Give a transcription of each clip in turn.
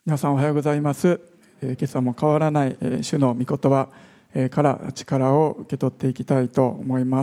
皆さんおはようございます。今朝も変わらない主の御言葉から力を受け取っていきたいと思います。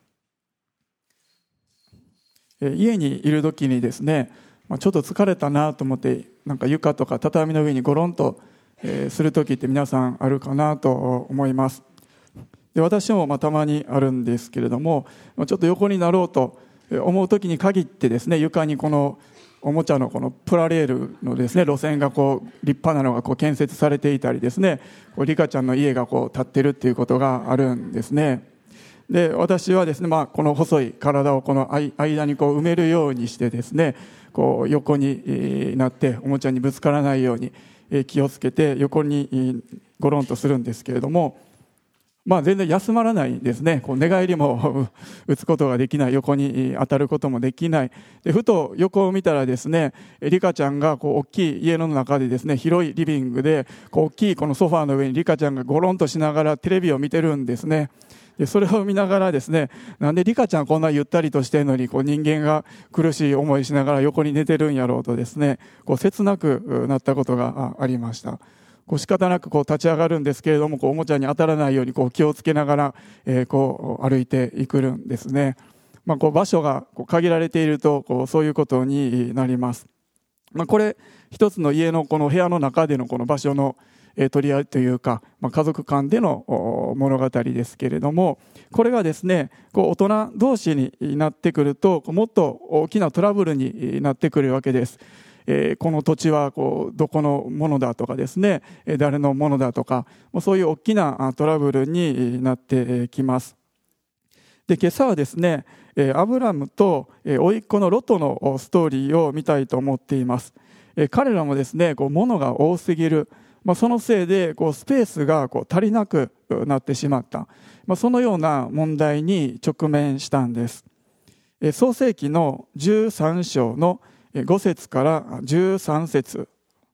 家にいる時にですね、ちょっと疲れたなと思って床とか畳の上にゴロンとする時って皆さんあるかなと思います。で、私もたまにあるんですけれども、ちょっと横になろうと思う時に限ってですね、床にこのおもちゃのこのプラレールのですね路線が立派なのが建設されていたりですね、リカちゃんの家が立ってるっていうことがあるんですね。で、私はですね、この細い体をこの間に埋めるようにしてですね、横になっておもちゃにぶつからないように気をつけて横にゴロンとするんですけれども、全然休まらないですね。寝返りも打つことができない、横に当たることもできない。で、ふと横を見たらですね、リカちゃんが大きい家の中でですね、広いリビングで大きいこのソファーの上にリカちゃんがゴロンとしながらテレビを見てるんですね。で、それを見ながらですね、なんでリカちゃんこんなゆったりとしてるのに人間が苦しい思いしながら横に寝てるんやろうとですね、切なくなったことがありました。仕方なく立ち上がるんですけれども、おもちゃに当たらないように気をつけながら歩いていくんですね。場所が限られているとそういうことになります。これ一つの家のこの部屋の中でのこの場所の取り合いというか、家族間での物語ですけれども、これがですね、大人同士になってくるともっと大きなトラブルになってくるわけです。この土地はどこのものだとかですね、誰のものだとか、そういう大きなトラブルになってきます。で、今朝はですね、アブラムと甥っ子のロトのストーリーを見たいと思っています。彼らもですね、物が多すぎる、そのせいでスペースが足りなくなってしまった、そのような問題に直面したんです。創世記の13章の5節から13節、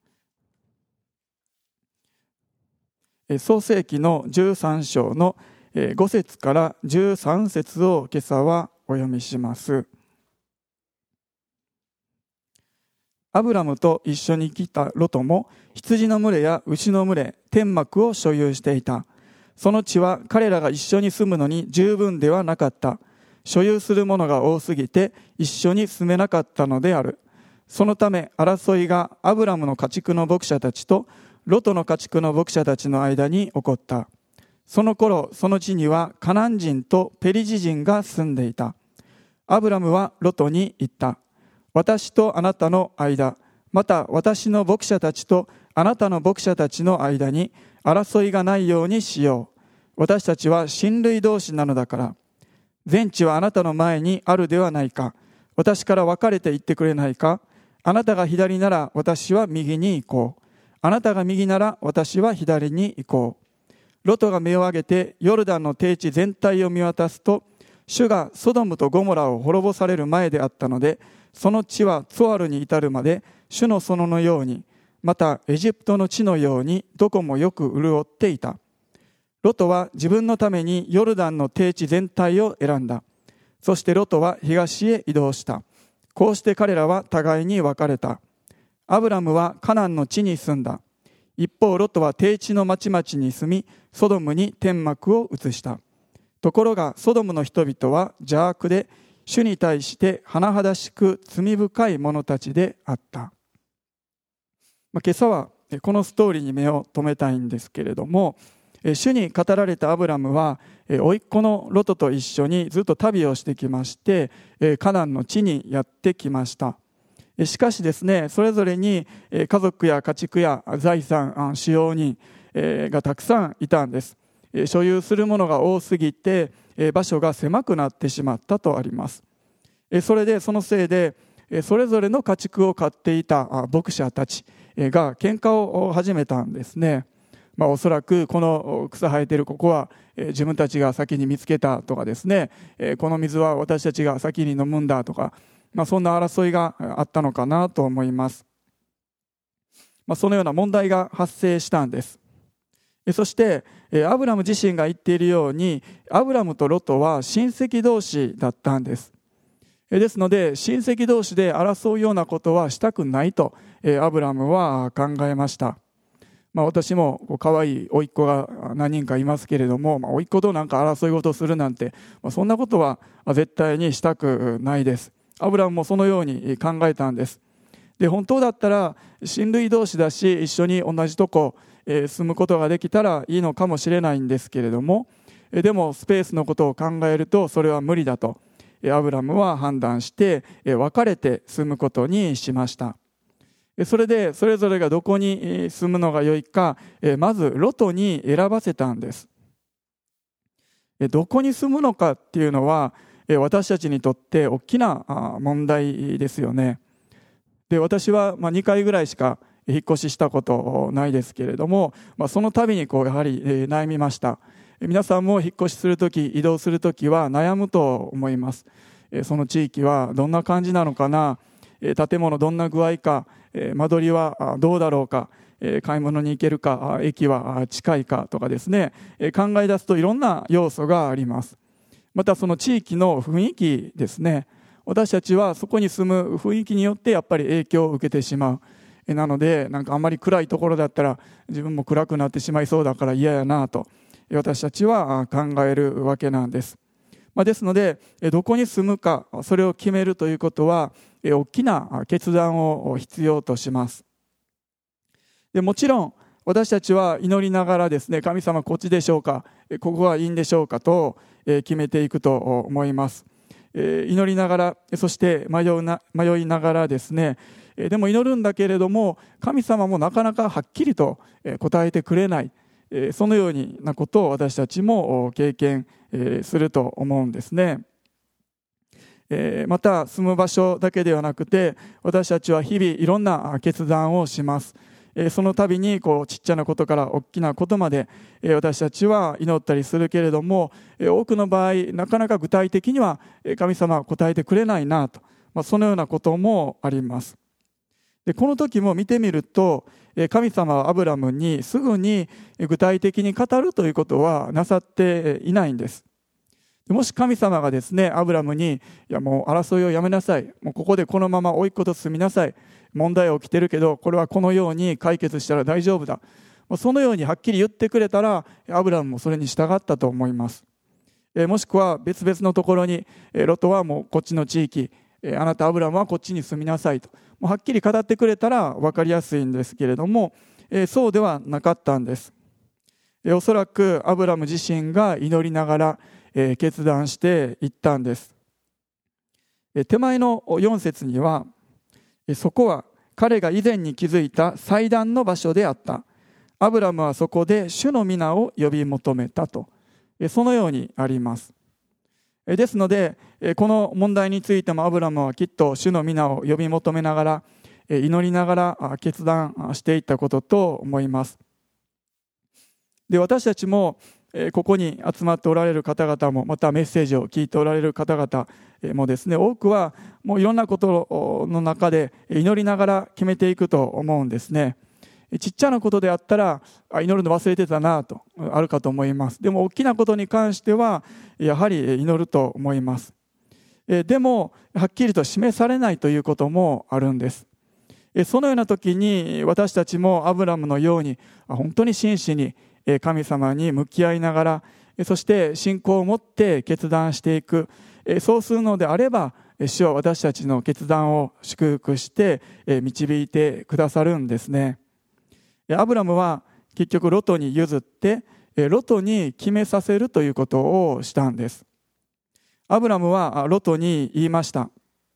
創世記の13章の5節から13節を今朝はお読みします。アブラムと一緒に来たロトも羊の群れや牛の群れ、天幕を所有していた。その地は彼らが一緒に住むのに十分ではなかった。所有するものが多すぎて一緒に住めなかったのである。そのため争いがアブラムの家畜の牧者たちとロトの家畜の牧者たちの間に起こった。その頃、その地にはカナン人とペリジ人が住んでいた。アブラムはロトに言った。私とあなたの間、また私の牧者たちとあなたの牧者たちの間に争いがないようにしよう。私たちは親類同士なのだから。全地はあなたの前にあるではないか。私から分かれて行ってくれないか。あなたが左なら私は右に行こう。あなたが右なら私は左に行こう。ロトが目を上げてヨルダンの低地全体を見渡すと、主がソドムとゴモラを滅ぼされる前であったので、その地はツォアルに至るまで主の園のように、またエジプトの地のようにどこもよく潤っていた。ロトは自分のためにヨルダンの低地全体を選んだ。そしてロトは東へ移動した。こうして彼らは互いに別れた。アブラムはカナンの地に住んだ。一方ロトは低地の町々に住み、ソドムに天幕を移した。ところがソドムの人々は邪悪で、主に対して甚だしく罪深い者たちであった。今朝はこのストーリーに目を留めたいんですけれども、主に語られたアブラムは甥っ子のロトと一緒にずっと旅をしてきまして、カナンの地にやってきました。しかしですね、それぞれに家族や家畜や財産、使用人がたくさんいたんです。所有するものが多すぎて場所が狭くなってしまったとあります。それでそのせいでそれぞれの家畜を飼っていた牧者たちが喧嘩を始めたんですね。おそらくこの草生えているここは自分たちが先に見つけたとかですね、この水は私たちが先に飲むんだとか、そんな争いがあったのかなと思います。そのような問題が発生したんです。そしてアブラム自身が言っているように、アブラムとロトは親戚同士だったんです。 ですので親戚同士で争うようなことはしたくないとアブラムは考えました。私も可愛い甥っ子が何人かいますけれども、甥っ子となんか争い事をするなんて、そんなことは絶対にしたくないです。アブラムもそのように考えたんです。で、本当だったら親類同士だし、一緒に同じとこ住むことができたらいいのかもしれないんですけれども、でもスペースのことを考えるとそれは無理だとアブラムは判断して別れて住むことにしました。それでそれぞれがどこに住むのが良いか、まずロトに選ばせたんです。どこに住むのかっていうのは私たちにとって大きな問題ですよね。で、私は2回ぐらいしか引っ越ししたことないですけれども、その度にやはり悩みました。皆さんも引っ越しするとき、移動するときは悩むと思います。その地域はどんな感じなのかな、建物どんな具合か、間取りはどうだろうか、買い物に行けるか、駅は近いかとかですね、考え出すといろんな要素があります。またその地域の雰囲気ですね。私たちはそこに住む雰囲気によってやっぱり影響を受けてしまう。なのでなんかあんまり暗いところだったら自分も暗くなってしまいそうだから嫌やなと私たちは考えるわけなんです。ですのでどこに住むかそれを決めるということは大きな決断を必要とします。でもちろん私たちは祈りながらですね、神様こっちでしょうか、ここはいいんでしょうかと決めていくと思います。祈りながら、そして迷いながらですね、でも祈るんだけれども神様もなかなかはっきりと答えてくれない、そのようなことを私たちも経験すると思うんですね。また住む場所だけではなくて私たちは日々いろんな決断をします。その度にちっちゃなことから大きなことまで私たちは祈ったりするけれども、多くの場合なかなか具体的には神様は答えてくれないなと、そのようなこともあります。でこの時も見てみると神様はアブラムにすぐに具体的に語るということはなさっていないんです。もし神様がですねアブラムにいやもう争いをやめなさい、もうここでこのまま甥っ子と住みなさい、問題は起きてるけどこれはこのように解決したら大丈夫だ、そのようにはっきり言ってくれたらアブラムもそれに従ったと思います。もしくは別々のところにロトはもうこっちの地域、あなたアブラムはこっちに住みなさいともうはっきり語ってくれたら分かりやすいんですけれども、そうではなかったんです。おそらくアブラム自身が祈りながら決断していったんです。手前の4節にはそこは彼が以前に築いた祭壇の場所であった。アブラムはそこで主の皆を呼び求めたと、そのようにあります。ですのでこの問題についてもアブラムはきっと主の皆を呼び求めながら祈りながら決断していったことと思います。で私たちもここに集まっておられる方々もまたメッセージを聞いておられる方々もですね、多くはもういろんなことの中で祈りながら決めていくと思うんですね。ちっちゃなことであったら祈るの忘れてたなとあるかと思います。でも大きなことに関してはやはり祈ると思います。でもはっきりと示されないということもあるんです。そのような時に私たちもアブラムのように本当に真摯に神様に向き合いながら、そして信仰を持って決断していく、そうするのであれば主は私たちの決断を祝福して導いてくださるんですね。アブラムは結局ロトに譲ってロトに決めさせるということをしたんです。アブラムはロトに言いました。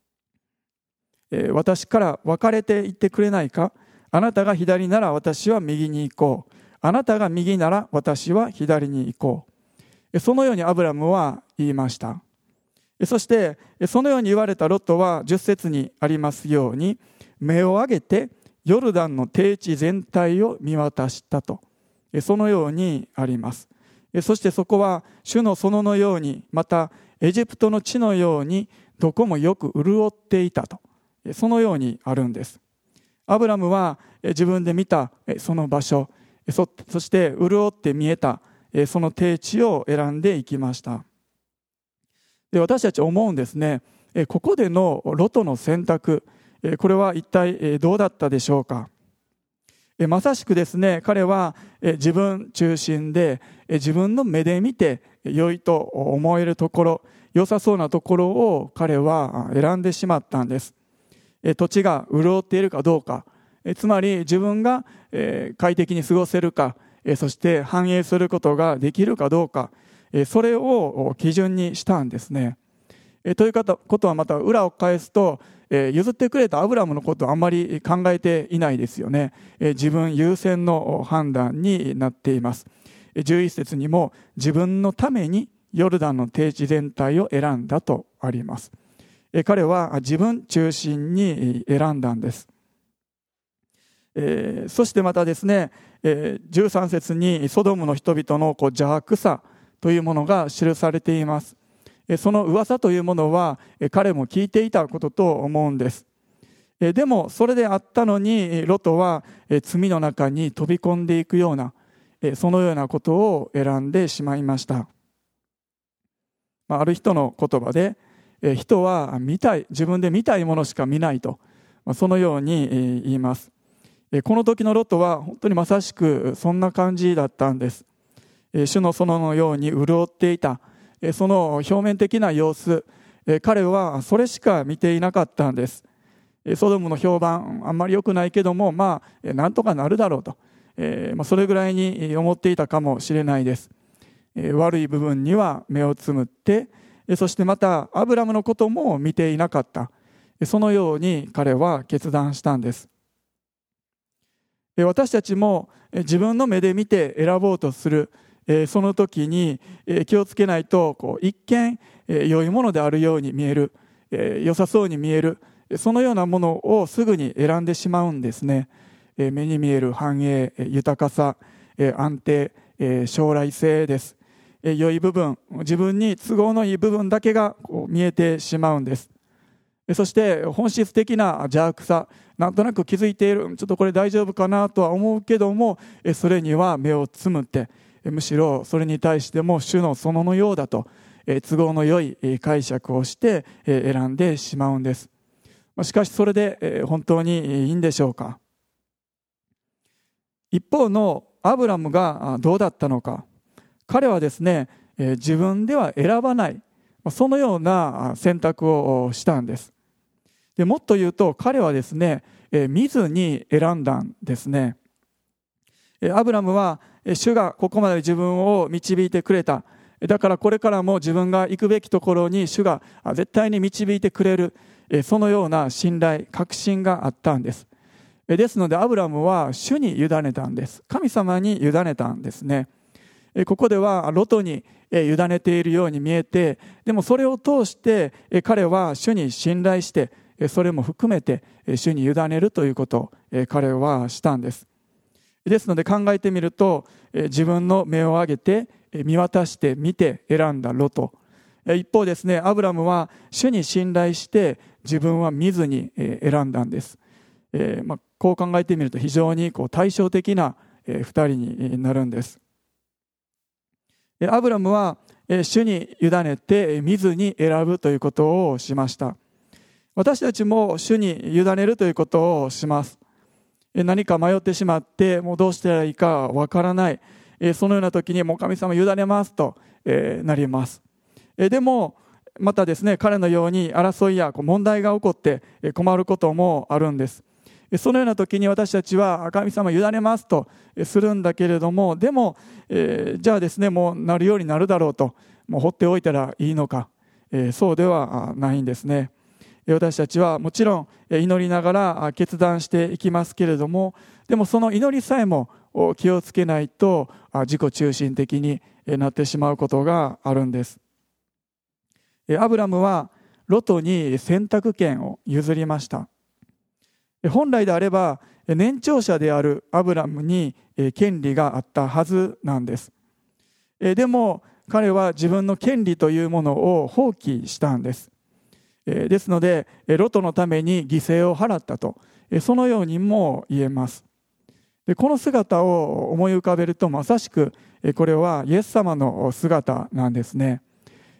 私から別れていってくれないか。あなたが左なら私は右に行こう。あなたが右なら私は左に行こう。そのようにアブラムは言いました。そしてそのように言われたロトは10節にありますように目を上げてヨルダンの低地全体を見渡したと、そのようにあります。そしてそこは主の園のように、またエジプトの地のようにどこもよく潤っていたと、そのようにあるんです。アブラムは自分で見たその場所、そして潤って見えたその低地を選んでいきました。で私たち思うんですね。 ここでのロトの選択、これは一体どうだったでしょうか。まさしくですね、彼は自分中心で自分の目で見て良いと思えるところ、良さそうなところを彼は選んでしまったんです。土地が潤っているかどうか、つまり自分が快適に過ごせるか、そして繁栄することができるかどうか、それを基準にしたんですね。ということはまた裏を返すと、譲ってくれたアブラムのことをあんまり考えていないですよね。自分優先の判断になっています。11節にも自分のためにヨルダンの低地全体を選んだとあります。彼は自分中心に選んだんです。そしてまたですね、13節にソドムの人々の邪悪さというものが記されています。その噂というものは彼も聞いていたことと思うんです。でもそれであったのにロトは罪の中に飛び込んでいくようなそのようなことを選んでしまいました。ある人の言葉で、人は自分で見たいものしか見ないと、そのように言います。この時のロトは本当にまさしくそんな感じだったんです。主の園のように潤っていたその表面的な様子、彼はそれしか見ていなかったんです。ソドムの評判あんまり良くないけども、なんとかなるだろうと、それぐらいに思っていたかもしれないです。悪い部分には目をつむって、そしてまたアブラムのことも見ていなかった。そのように彼は決断したんです。私たちも自分の目で見て選ぼうとするその時に気をつけないと一見良いものであるように見える、良さそうに見える、そのようなものをすぐに選んでしまうんですね。目に見える繁栄、豊かさ、安定、将来性です。良い部分、自分に都合のいい部分だけが見えてしまうんです。そして本質的な邪悪さ、なんとなく気づいている、ちょっとこれ大丈夫かなとは思うけども、それには目をつむって、むしろそれに対しても主の園のようだと都合の良い解釈をして選んでしまうんです。しかしそれで本当にいいんでしょうか。一方のアブラムがどうだったのか。彼はですね、自分では選ばない、そのような選択をしたんです。でもっと言うと彼はですね、見ずに選んだんですね。アブラムは主がここまで自分を導いてくれた。だからこれからも自分が行くべきところに主が絶対に導いてくれる。そのような信頼、確信があったんです。ですのでアブラムは主に委ねたんです。神様に委ねたんですね。ここではロトに委ねているように見えて、でもそれを通して彼は主に信頼して、それも含めて主に委ねるということを彼はしたんです。ですので考えてみると、自分の目を上げて見渡して見て選んだロト。一方ですね、アブラムは主に信頼して自分は見ずに選んだんです。こう考えてみると非常に対照的な二人になるんです。アブラムは主に委ねて見ずに選ぶということをしました。私たちも主に委ねるということをします。何か迷ってしまってもうどうしたらいいかわからない、そのような時にもう神様委ねますとなります。でもまたですね、彼のように争いや問題が起こって困ることもあるんです。そのような時に私たちは神様委ねますとするんだけれども、でもじゃあですね、もうなるようになるだろうともう放っておいたらいいのか、そうではないんですね。私たちはもちろん祈りながら決断していきますけれども、でもその祈りさえも気をつけないと自己中心的になってしまうことがあるんです。アブラムはロトに選択権を譲りました。本来であれば年長者であるアブラムに権利があったはずなんです。でも彼は自分の権利というものを放棄したんです。ですのでロトのために犠牲を払ったと、そのようにも言えます。でこの姿を思い浮かべるとまさしくこれはイエス様の姿なんですね。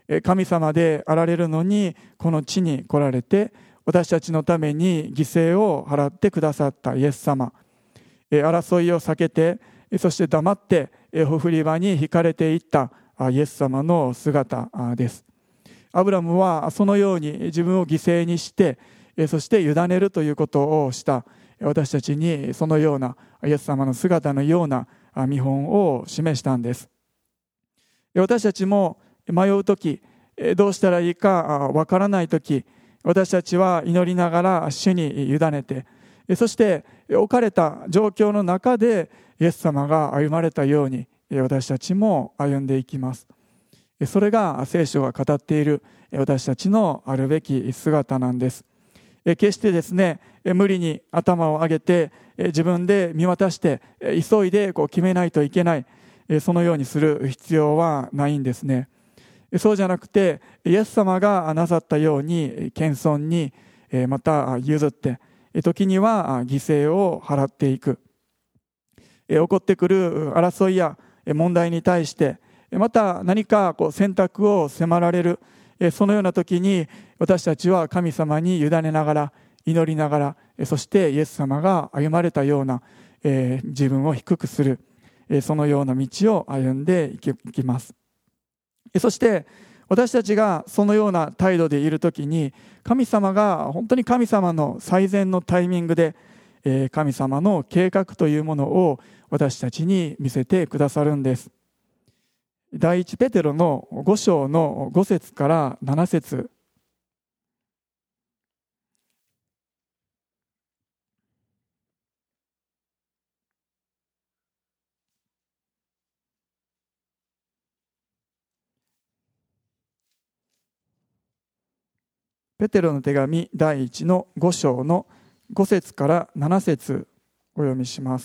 神様であられるのにこの地に来られて、私たちのために犠牲を払ってくださったイエス様、争いを避けて、そして黙ってほふり場に引かれていったイエス様の姿です。アブラムはそのように自分を犠牲にして、そして委ねるということをした私たちに、そのようなイエス様の姿のような見本を示したんです。私たちも迷うとき、どうしたらいいかわからないとき、私たちは祈りながら主に委ねて、そして置かれた状況の中でイエス様が歩まれたように、私たちも歩んでいきます。それが聖書が語っている私たちのあるべき姿なんです。決してですね、無理に頭を上げて自分で見渡して急いで決めないといけない、そのようにする必要はないんですね。そうじゃなくて、イエス様がなさったように謙遜に、また譲って、時には犠牲を払っていく。起こってくる争いや問題に対して、また何か選択を迫られる、そのような時に私たちは神様に委ねながら、祈りながら、そしてイエス様が歩まれたような、自分を低くする、そのような道を歩んでいきます。そして私たちがそのような態度でいるときに、神様が本当に神様の最善のタイミングで神様の計画というものを私たちに見せてくださるんです。第一ペテロの5章の5節から7節、ペテロの手紙第1の5章の5節から7節お読みします。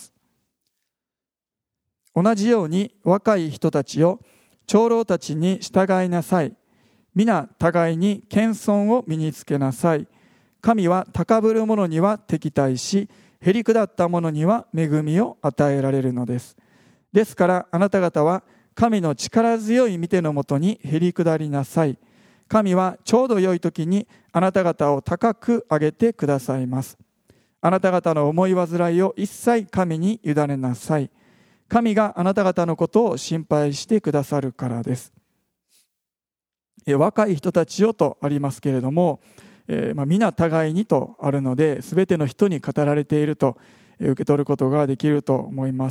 同じように若い人たちよ、長老たちに従いなさい。皆互いに謙遜を身につけなさい。神は高ぶる者には敵対し、へりくだった者には恵みを与えられるのです。ですからあなた方は神の力強い御手のもとにへりくだりなさい。神はちょうど良い時にあなた方を高く上げてくださいます。あなた方の思い煩いを一切神に委ねなさい。神があなた方のことを心配してくださるからです。若い人たちよとありますけれども、皆互いにとあるので、すべての人に語られていると受け取ることができると思います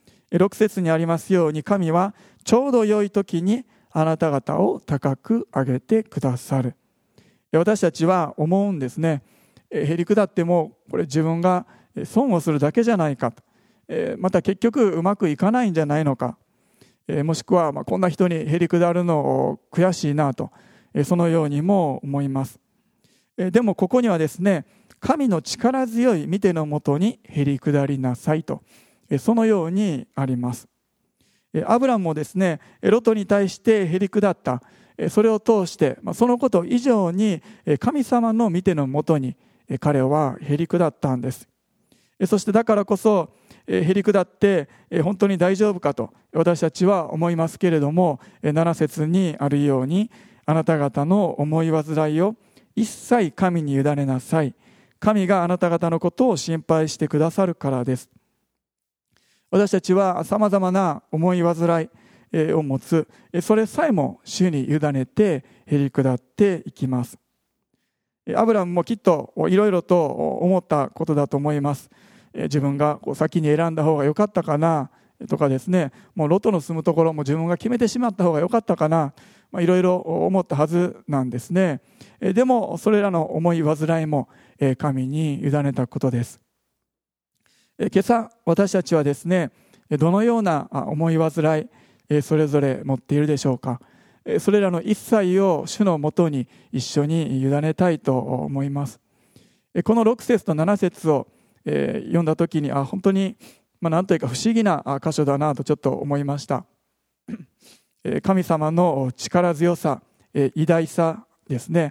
。6節にありますように、神はちょうど良い時にあなた方を高く上げてくださる。私たちは思うんですね。へりくだってもこれ自分が損をするだけじゃないかと、また結局うまくいかないんじゃないのか、もしくはこんな人にへりくだるの悔しいなと、そのようにも思います。でもここにはですね、神の力強い御手のもとにへりくだりなさいと、そのようにあります。アブラムもですね、ロトに対してへりくだった。それを通してそのこと以上に神様の御手のもとに彼はへりくだったんです。そしてだからこそへりくだって本当に大丈夫かと私たちは思いますけれども、7節にあるように、あなた方の思い煩いを一切神に委ねなさい。神があなた方のことを心配してくださるからです。私たちはさまざまな思い煩いを持つ。それさえも主に委ねてへりくだっていきます。アブラムもきっといろいろと思ったことだと思います。自分が先に選んだ方が良かったかなとかですね、もうロトの住むところも自分が決めてしまった方が良かったかな、いろいろ思ったはずなんですね。でもそれらの思い煩いも神に委ねたことです。今朝私たちはですね、どのような思い煩いそれぞれ持っているでしょうか。それらの一切を主のもとに一緒に委ねたいと思います。この6節と7節を読んだ時に本当に何というか不思議な箇所だなとちょっと思いました。神様の力強さ、偉大さですね。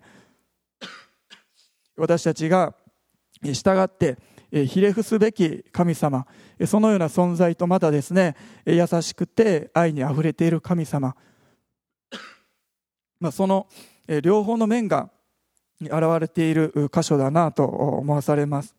私たちが従ってひれ伏すべき神様、そのような存在とまたですね、優しくて愛にあふれている神様、 その両方の面が現れている箇所だなと思わされます。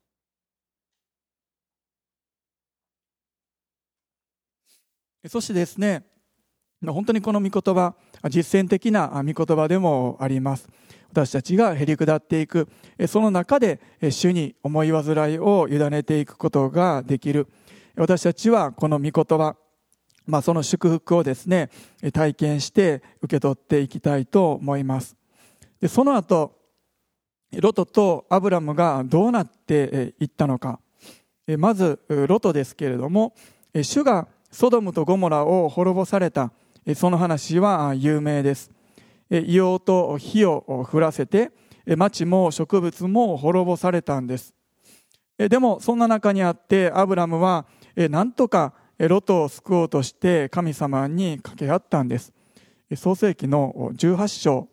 そしてですね、本当にこの御言葉、実践的な御言葉でもあります。私たちがへり下っていく、その中で主に思い煩いを委ねていくことができる。私たちはこの御言葉、その祝福をですね、体験して受け取っていきたいと思います。でその後、ロトとアブラムがどうなっていったのか。まずロトですけれども、主がソドムとゴモラを滅ぼされた、その話は有名です。硫黄と火を降らせて、町も植物も滅ぼされたんです。でもそんな中にあってアブラムはなんとかロトを救おうとして神様に掛け合ったんです。創世記の18章、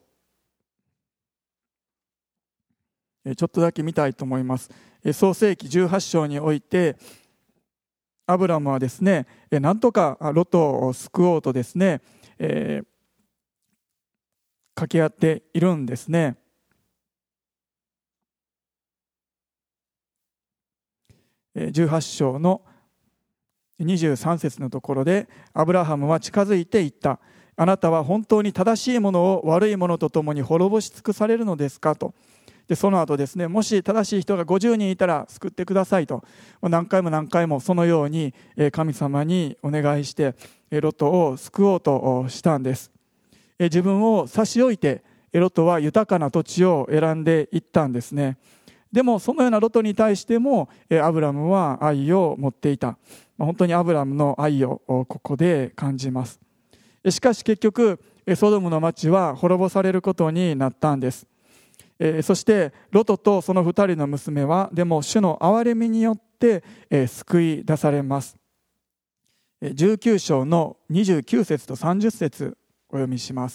ちょっとだけ見たいと思います。創世記18章においてアブラムはですね、なんとかロトを救おうとですね、掛け合っているんですね。18章の23節のところで、アブラハムは近づいていった。あなたは本当に正しいものを悪いものとともに滅ぼし尽くされるのですかと。でその後ですね、もし正しい人が50人いたら救ってくださいと、何回も何回もそのように神様にお願いしてロトを救おうとしたんです。自分を差し置いてロトは豊かな土地を選んでいったんですね。でもそのようなロトに対してもアブラムは愛を持っていた。本当にアブラムの愛をここで感じます。しかし結局ソドムの町は滅ぼされることになったんです。そしてロトとその2人の娘はでも主の憐れみによって救い出されます。19章の29節と30節お読みします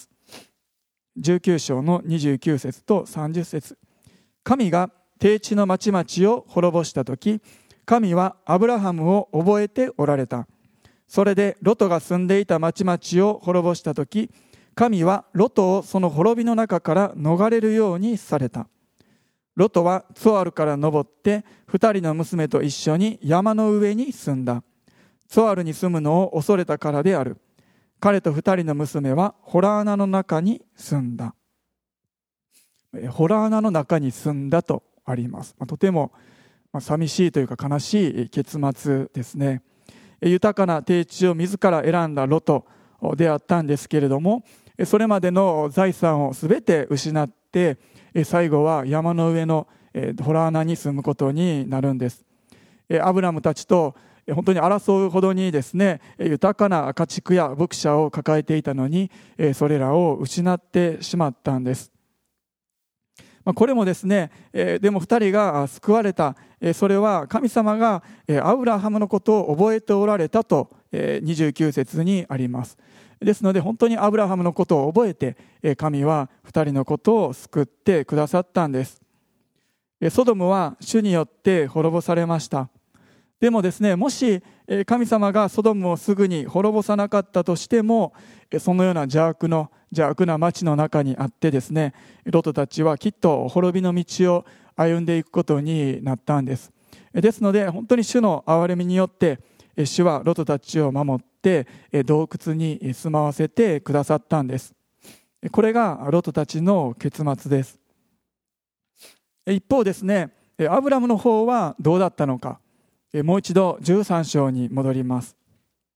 。19章の29節と30節。神が低地の町々を滅ぼしたとき、神はアブラハムを覚えておられた。それでロトが住んでいた町々を滅ぼしたとき、神はロトをその滅びの中から逃れるようにされた。ロトはツォアルから登って2人の娘と一緒に山の上に住んだ。ツォアルに住むのを恐れたからである。彼と2人の娘はホラー穴の中に住んだ。ホラー穴の中に住んだとあります。とても寂しいというか悲しい結末ですね。豊かな低地を自ら選んだロトであったんですけれども、それまでの財産をすべて失って最後は山の上のホラー穴に住むことになるんです。アブラムたちと本当に争うほどにですね、豊かな家畜や牧者を抱えていたのにそれらを失ってしまったんです。これもですね、でも2人が救われた。それは神様がアブラハムのことを覚えておられたと29節にあります。ですので本当にアブラハムのことを覚えて神は2人のことを救ってくださったんです。ソドムは主によって滅ぼされました。でもですね、もし神様がソドムをすぐに滅ぼさなかったとしても、そのような邪悪な町の中にあってですね、ロトたちはきっと滅びの道を歩んでいくことになったんです。ですので本当に主の憐れみによって主はロトたちを守って洞窟に住まわせてくださったんです。これがロトたちの結末です。一方ですね、アブラムの方はどうだったのか。もう一度13章に戻ります。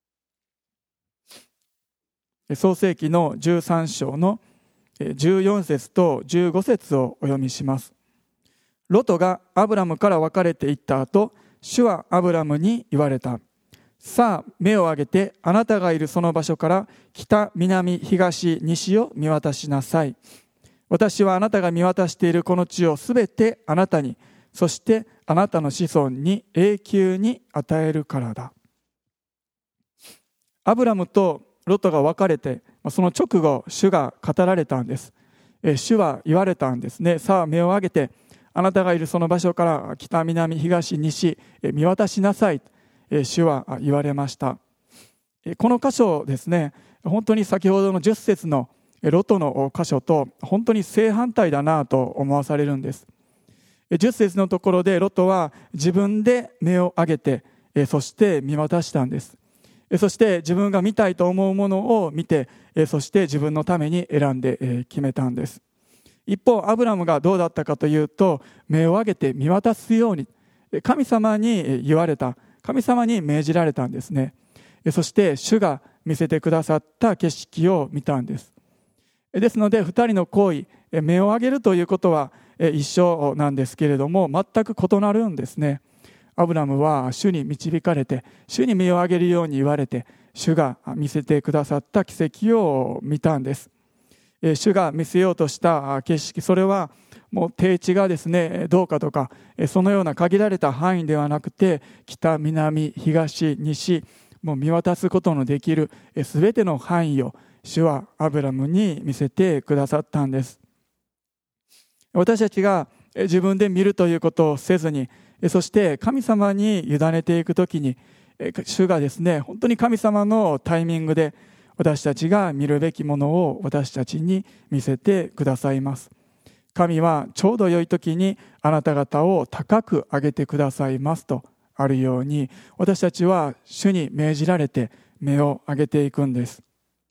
創世記の13章の14節と15節をお読みします。ロトがアブラムから別れていった後、主はアブラムに言われた。さあ目を上げてあなたがいるその場所から北、南、東、西を見渡しなさい。私はあなたが見渡しているこの地をすべてあなたに、そしてあなたの子孫に永久に与えるからだ。アブラムとロトが別れて、その直後主が語られたんです。主は言われたんですね。さあ目を上げてあなたがいるその場所から北、南、東、西見渡しなさい。主は言われました。この箇所ですね、本当に先ほどの10節のロトの箇所と本当に正反対だなと思わされるんです。10節のところでロトは自分で目を上げて、そして見渡したんです。そして自分が見たいと思うものを見て、そして自分のために選んで決めたんです。一方アブラムがどうだったかというと、目を上げて見渡すように神様に言われた、神様に命じられたんですね。そして主が見せてくださった景色を見たんです。ですので2人の行為、目を上げるということは一緒なんですけれども、全く異なるんですね。アブラムは主に導かれて、主に目を上げるように言われて、主が見せてくださった奇跡を見たんです。主が見せようとした景色、それはもう低地がですねどうかとか、そのような限られた範囲ではなくて、北、南、東、西、もう見渡すことのできるすべての範囲を主はアブラムに見せてくださったんです。私たちが自分で見るということをせずに、そして神様に委ねていくときに、主がですね本当に神様のタイミングで私たちが見るべきものを私たちに見せてくださいます。神はちょうど良い時にあなた方を高く上げてくださいますとあるように、私たちは主に命じられて目を上げていくんです。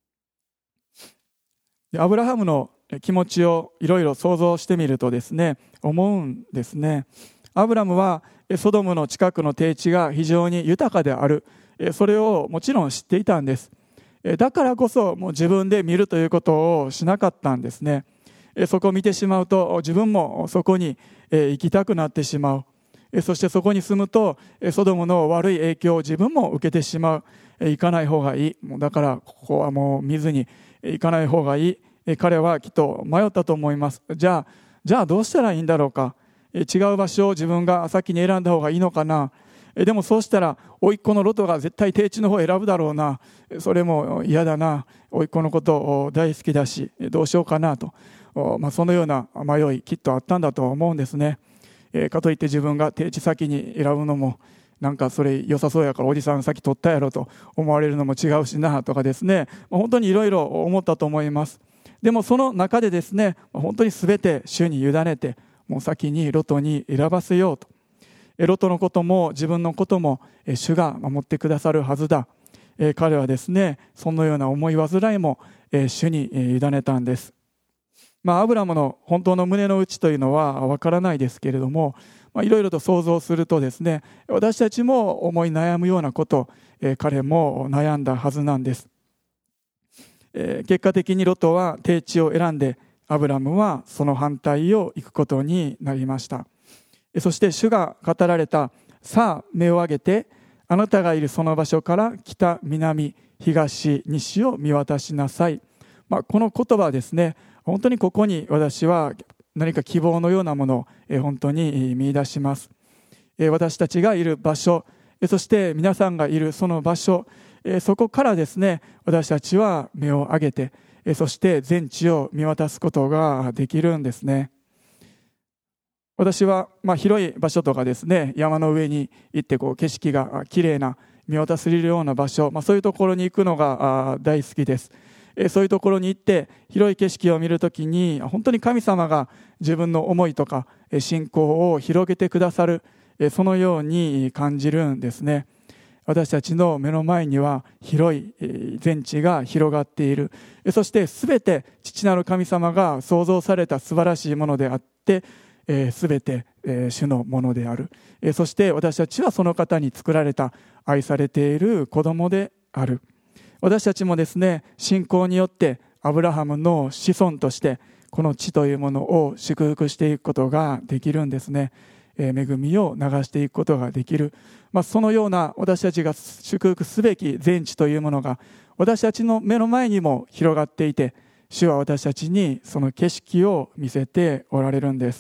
アブラハムの気持ちをいろいろ想像してみるとですね、思うんですね。アブラムはソドムの近くの低地が非常に豊かである、それをもちろん知っていたんです。だからこそもう自分で見るということをしなかったんですね。そこを見てしまうと自分もそこに行きたくなってしまう。そしてそこに住むとソドムの悪い影響を自分も受けてしまう。行かない方がいい。だからここはもう見ずに行かない方がいい。彼はきっと迷ったと思います。じゃあどうしたらいいんだろうか。違う場所を自分が先に選んだ方がいいのかな。でもそうしたら甥っ子のロトが絶対低地の方を選ぶだろうな。それも嫌だな。甥っ子のこと大好きだしどうしようかなと、そのような迷いきっとあったんだと思うんですね。かといって自分が低地先に選ぶのもなんかそれ良さそうやからおじさん先取ったやろと思われるのも違うしなとかですね、本当にいろいろ思ったと思います。でもその中でですね、本当に全て主に委ねて、もう先にロトに選ばせようと。ロトのことも自分のことも主が守ってくださるはずだ。彼はですねそのような思い煩いも主に委ねたんです。アブラムの本当の胸の内というのはわからないですけれども、いろいろと想像するとですね、私たちも思い悩むようなこと、彼も悩んだはずなんです。結果的にロトは低地を選んで、アブラムはその反対を行くことになりました。そして主が語られた、さあ目を上げてあなたがいるその場所から北、南、東、西を見渡しなさい。この言葉はですね、本当にここに私は何か希望のようなものを本当に見出します。私たちがいる場所、そして皆さんがいるその場所、そこからですね私たちは目を上げて、そして全地を見渡すことができるんですね。私は広い場所とかですね、山の上に行って景色がきれいな見渡せるような場所、そういうところに行くのが大好きです。そういうところに行って広い景色を見るときに本当に神様が自分の思いとか信仰を広げてくださる、そのように感じるんですね。私たちの目の前には広い全地が広がっている。そして全て父なる神様が創造された素晴らしいものであって、全て主のものである。そして私たちはその方に作られた愛されている子供である。私たちもですね、信仰によってアブラハムの子孫としてこの地というものを祝福していくことができるんですね。恵みを流していくことができる。そのような私たちが祝福すべき全地というものが私たちの目の前にも広がっていて、主は私たちにその景色を見せておられるんです。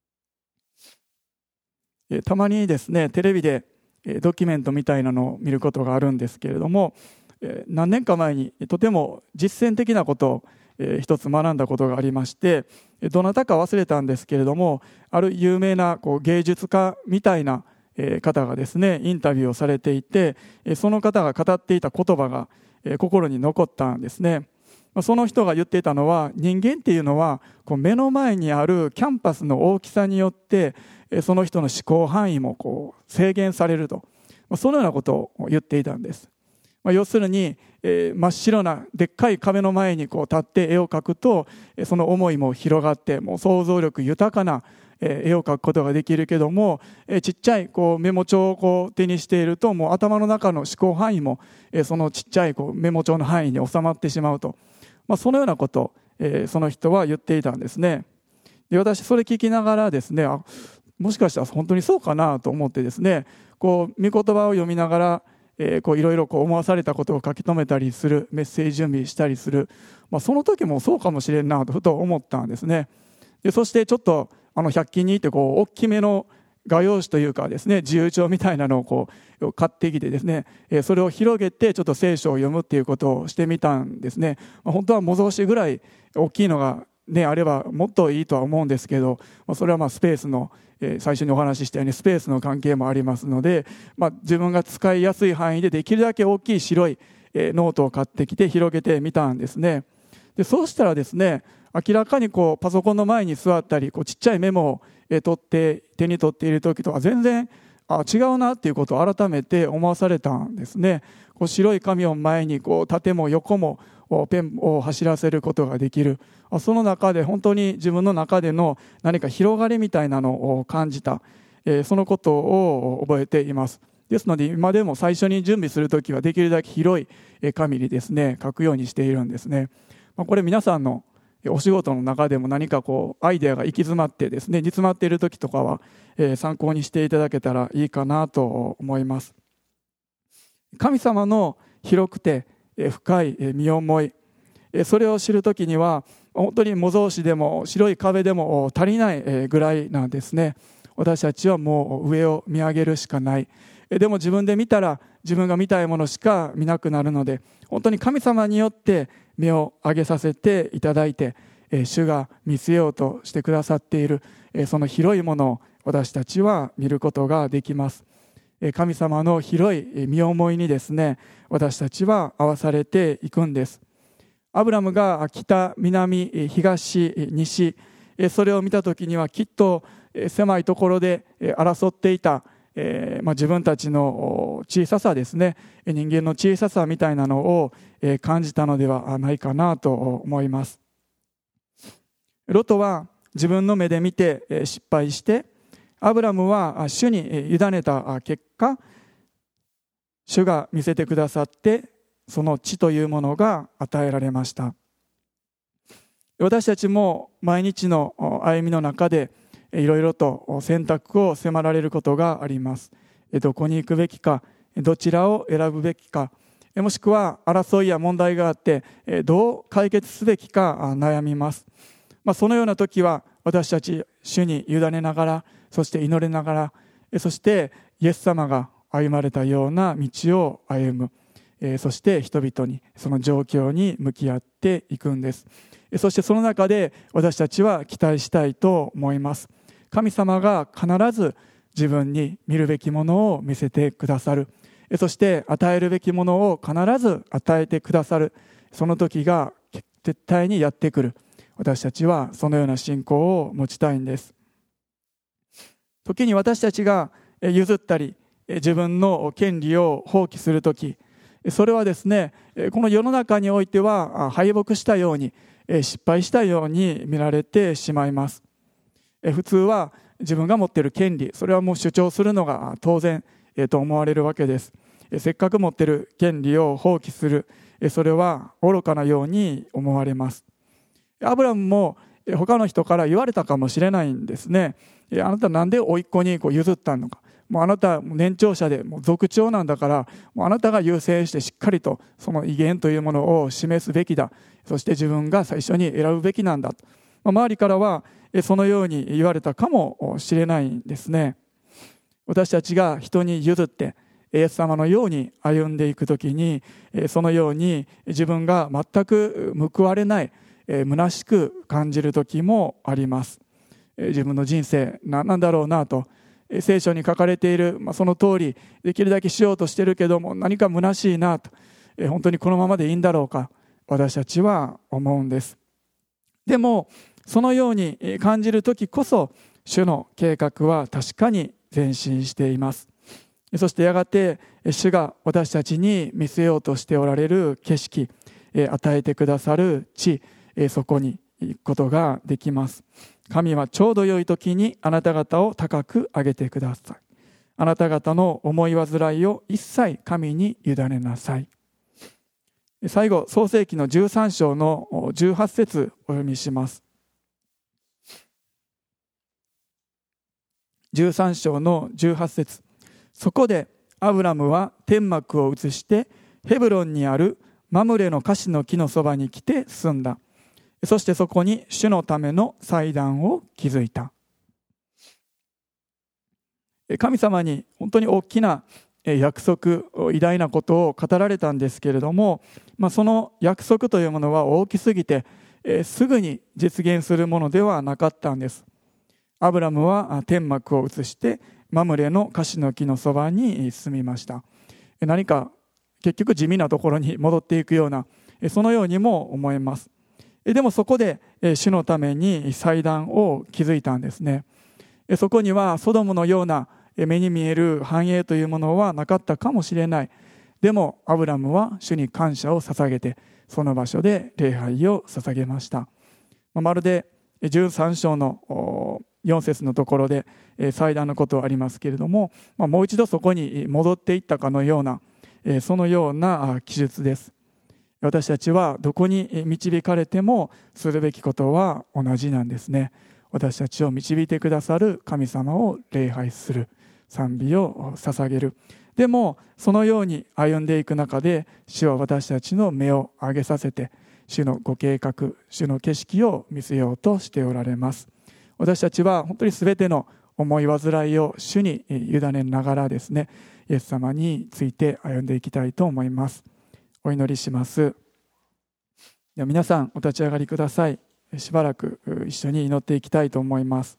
たまにですね、テレビでドキュメントみたいなのを見ることがあるんですけれども、何年か前にとても実践的なことを一つ学んだことがありまして、どなたか忘れたんですけれども、ある有名な芸術家みたいな方がですねインタビューをされていて、その方が語っていた言葉が心に残ったんですね。 その人が言っていたのは、人間っていうのはこう目の前にあるキャンパスの大きさによってその人の思考範囲もこう制限されると、そのようなことを言っていたんです。要するに真っ白なでっかい壁の前にこう立って絵を描くと、その思いも広がってもう想像力豊かな絵を描くことができるけども、ちっちゃいこうメモ帳をこう手にしていると、もう頭の中の思考範囲もそのちっちゃいこうメモ帳の範囲に収まってしまうと、そのようなことをその人は言っていたんですね。で、私それ聞きながらですね、もしかしたら本当にそうかなと思ってですね、こう御言葉を読みながらこういろいろこう思わされたことを書き留めたりする、メッセージ準備したりする、その時もそうかもしれんなとふと思ったんですね。で、そしてちょっと100均に行ってこう大きめの画用紙というかですね、自由帳みたいなのをこう買ってきてですね、それを広げてちょっと聖書を読むっていうことをしてみたんですね。本当は模造紙ぐらい大きいのがね、あればもっといいとは思うんですけど、それはスペースの最初にお話ししたようにスペースの関係もありますので、自分が使いやすい範囲でできるだけ大きい白いノートを買ってきて広げてみたんですね。で、そうしたらですね、明らかにこうパソコンの前に座ったりこうちっちゃいメモを手に取っている時とは全然違うなっていうことを改めて思わされたんですね。こう白い紙を前にこう縦も横もペンを走らせることができる。その中で本当に自分の中での何か広がりみたいなのを感じた、そのことを覚えています。ですので今でも最初に準備するときはできるだけ広い紙にですね書くようにしているんですね。これ皆さんのお仕事の中でも何かこうアイデアが行き詰まってですね、煮詰まっているときとかは参考にしていただけたらいいかなと思います。神様の広くて深い身思い、それを知るときには本当に模造紙でも白い壁でも足りないぐらいなんですね。私たちはもう上を見上げるしかない。でも自分で見たら自分が見たいものしか見なくなるので、本当に神様によって目を上げさせていただいて、主が見せようとしてくださっているその広いものを私たちは見ることができます。神様の広い身思いにですね、私たちは合わされていくんです。アブラムが北、南、東、西、それを見たときにはきっと狭いところで争っていた自分たちの小ささですね、人間の小ささみたいなのを感じたのではないかなと思います。ロトは自分の目で見て失敗して、アブラムは主に委ねた結果、主が見せてくださってその地というものが与えられました。私たちも毎日の歩みの中でいろいろと選択を迫られることがあります。どこに行くべきか、どちらを選ぶべきか、もしくは争いや問題があってどう解決すべきか悩みます。そのような時は私たち主に委ねながら、そして祈りながら、そしてイエス様が歩まれたような道を歩む、そして人々にその状況に向き合っていくんです。そしてその中で私たちは期待したいと思います。神様が必ず自分に見るべきものを見せてくださる。そして与えるべきものを必ず与えてくださる。その時が絶対にやってくる。私たちはそのような信仰を持ちたいんです。時に私たちが譲ったり自分の権利を放棄するとき、それはですね、この世の中においては敗北したように、失敗したように見られてしまいます。普通は自分が持っている権利、それはもう主張するのが当然と思われるわけです。せっかく持っている権利を放棄する、それは愚かなように思われます。アブラムも他の人から言われたかもしれないんですね。あなたなんで甥っ子に譲ったのか。もうあなたは年長者でもう族長なんだから、もうあなたが優先してしっかりとその威厳というものを示すべきだ。そして自分が最初に選ぶべきなんだと。周りからはそのように言われたかもしれないんですね。私たちが人に譲ってイエス様のように歩んでいくときに、そのように自分が全く報われない、虚しく感じる時もあります。自分の人生何なんだろうなと、聖書に書かれている、その通りできるだけしようとしてるけども何か虚しいなと、本当にこのままでいいんだろうか、 私たちは思うんです。でもそのように感じるときこそ、主の計画は確かに前進しています。そしてやがて主が私たちに見せようとしておられる景色、与えてくださる地、そこに行くことができます。神はちょうど良い時にあなた方を高く上げてください。あなた方の思い煩いを一切神に委ねなさい。最後、創世記の13章の18節お読みします。13章の18節。そこでアブラムは天幕を移してヘブロンにあるマムレのカシの木のそばに来て住んだ。そしてそこに主のための祭壇を築いた。神様に本当に大きな約束、偉大なことを語られたんですけれども、その約束というものは大きすぎて、すぐに実現するものではなかったんです。アブラムは天幕を移してマムレのカシの木のそばに住みました。何か結局地味なところに戻っていくような、そのようにも思えます。でもそこで主のために祭壇を築いたんですね。そこにはソドムのような目に見える繁栄というものはなかったかもしれない。でもアブラムは主に感謝を捧げて、その場所で礼拝を捧げました。まるで13章の4節のところで祭壇のことはありますけれども、もう一度そこに戻っていったかのような、そのような記述です。私たちはどこに導かれてもするべきことは同じなんですね。私たちを導いてくださる神様を礼拝する、賛美を捧げる。でもそのように歩んでいく中で、主は私たちの目を上げさせて、主のご計画、主の景色を見せようとしておられます。私たちは本当に全ての思い煩いを主に委ねながらですね、イエス様について歩んでいきたいと思います。お祈りします。では皆さんお立ち上がりください。しばらく一緒に祈っていきたいと思います。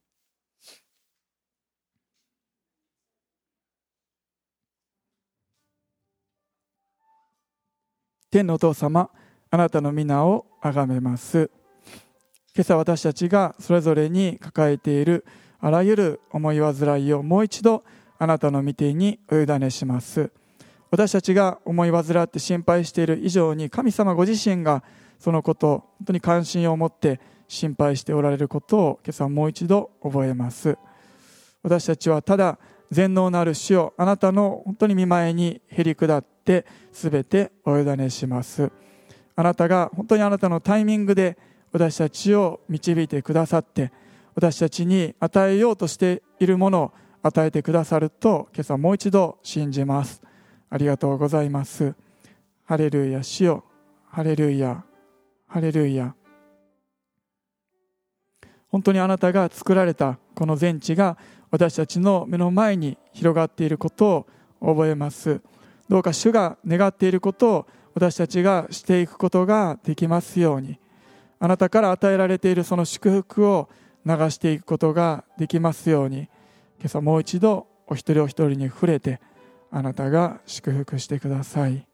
天のお父様、あなたの皆をあがめます。今朝私たちがそれぞれに抱えているあらゆる思い煩いをもう一度あなたの御手にお委ねします。私たちが思い煩って心配している以上に、神様ご自身がそのことを本当に関心を持って心配しておられることを今朝もう一度覚えます。私たちはただ全能なる主よ、あなたの本当に御前にへり下ってすべてお委ねします。あなたが本当にあなたのタイミングで私たちを導いてくださって、私たちに与えようとしているものを与えてくださると今朝もう一度信じます。ありがとうございます。ハレルヤ、主よ、ハレルヤ、ハレルヤ。本当にあなたが作られたこの全地が私たちの目の前に広がっていることを覚えます。どうか主が願っていることを私たちがしていくことができますように、あなたから与えられているその祝福を流していくことができますように、今朝もう一度お一人お一人に触れてあなたが祝福してください。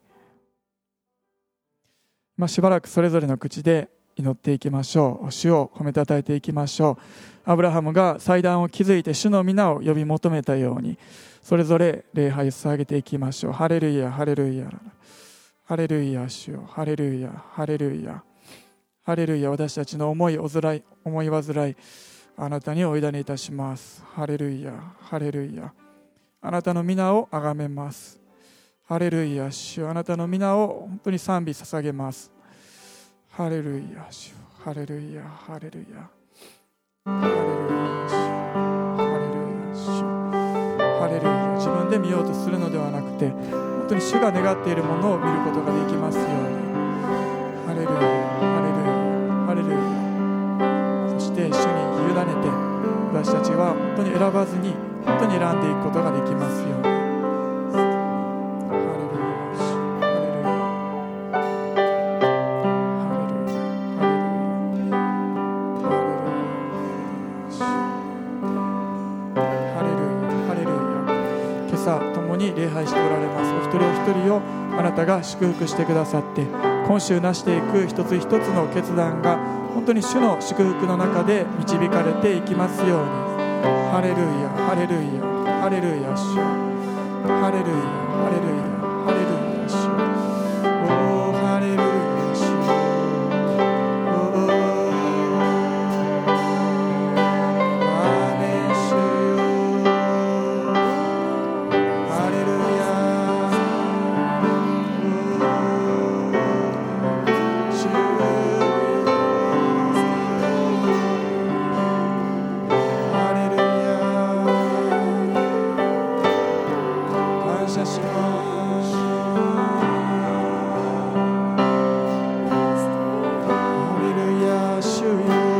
しばらくそれぞれの口で祈っていきましょう。主を褒めたたえていきましょう。アブラハムが祭壇を築いて主の皆を呼び求めたように、それぞれ礼拝を捧げていきましょう。ハレルヤ、ハレルヤ、ハレルヤ、主よ、ハレルヤ、ハレルヤ、ハレルヤ。私たちの思い煩い、あなたにお委ねいたします。ハレルヤ、ハレルヤ。あなたの皆をあがめます。ハレルヤ、主よ、あなたの皆を本当に賛美捧げます。ハレルヤ、主よ、ハレルヤ、ハレルヤ、ハレルヤ、主よ、ハレルヤ、主よ、ハレルヤ。自分で見ようとするのではなくて、本当に主が願っているものを見ることができますように。ハレルヤ、ハレルヤ、ハレルヤ。そして主に委ねて、私たちは本当に選ばずに本当に選んでいくことができますように。礼拝しておられます。お一人お一人をあなたが祝福してくださって、 今週成していく一つ一つの決断が本当に主の祝福の中で導かれていきますように。ハレルヤハレルヤハレルヤ主、ハレルヤハレルヤハレルヤ主、おーハレルヤ主、アーメン主よ、ハレルヤ、主よ、ハレルヤ、感謝します。ハレルヤ主よ、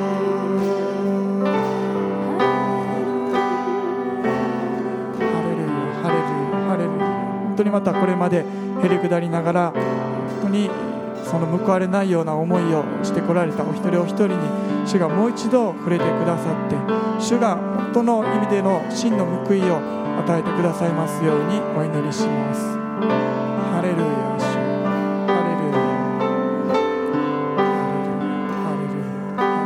ハレルヤハレルヤハレルヤ。本当にまたこれまでへりくだりながら本当にその報われないような思いをしてこられたお一人お一人に主がもう一度触れてくださって、主が本当の意味での真の報いを与えてくださいますようにお祈りします。ハレルヤ主、ハレルヤハレルヤハ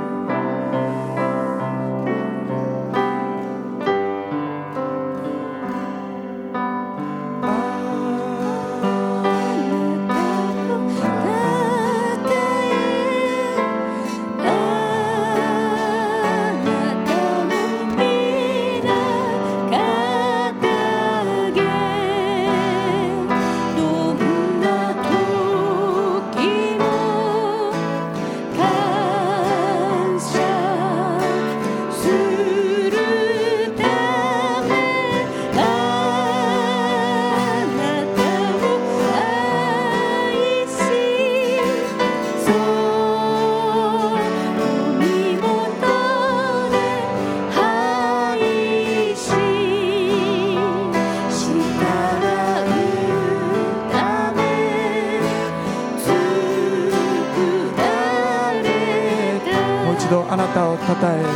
一度あなたをたたえ、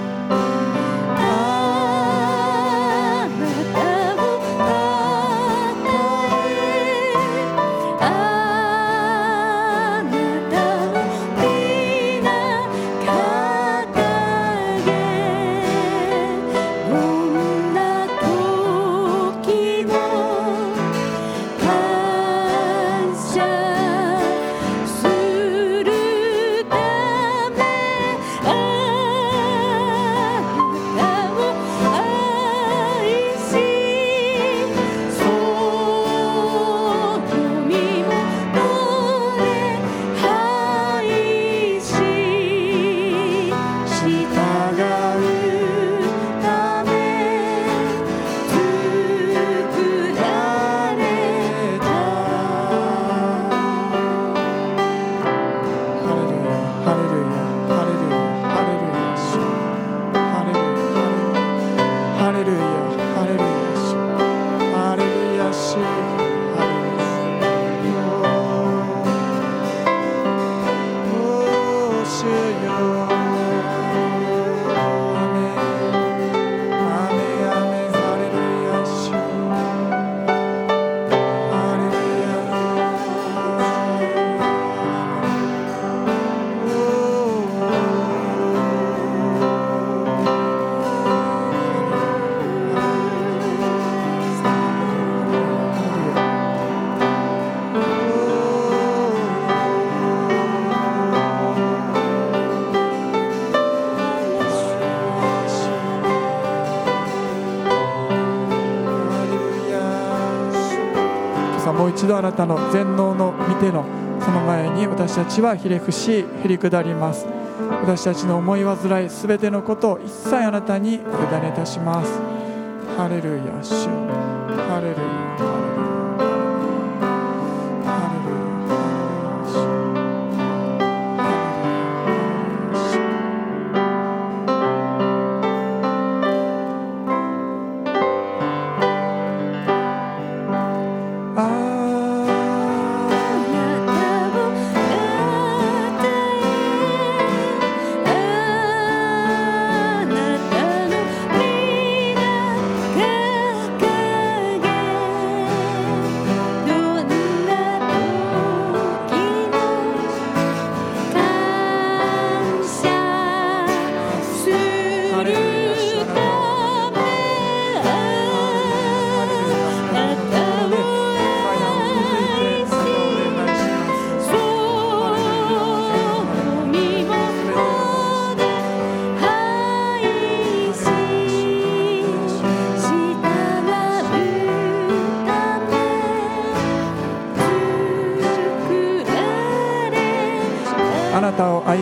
もう一度あなたの全能の御手のその前に私たちはひれ伏しへり下ります。私たちの思い煩いすべてのことを一切あなたに委ねいたします。ハレルヤ主、ハレルヤ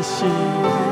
しい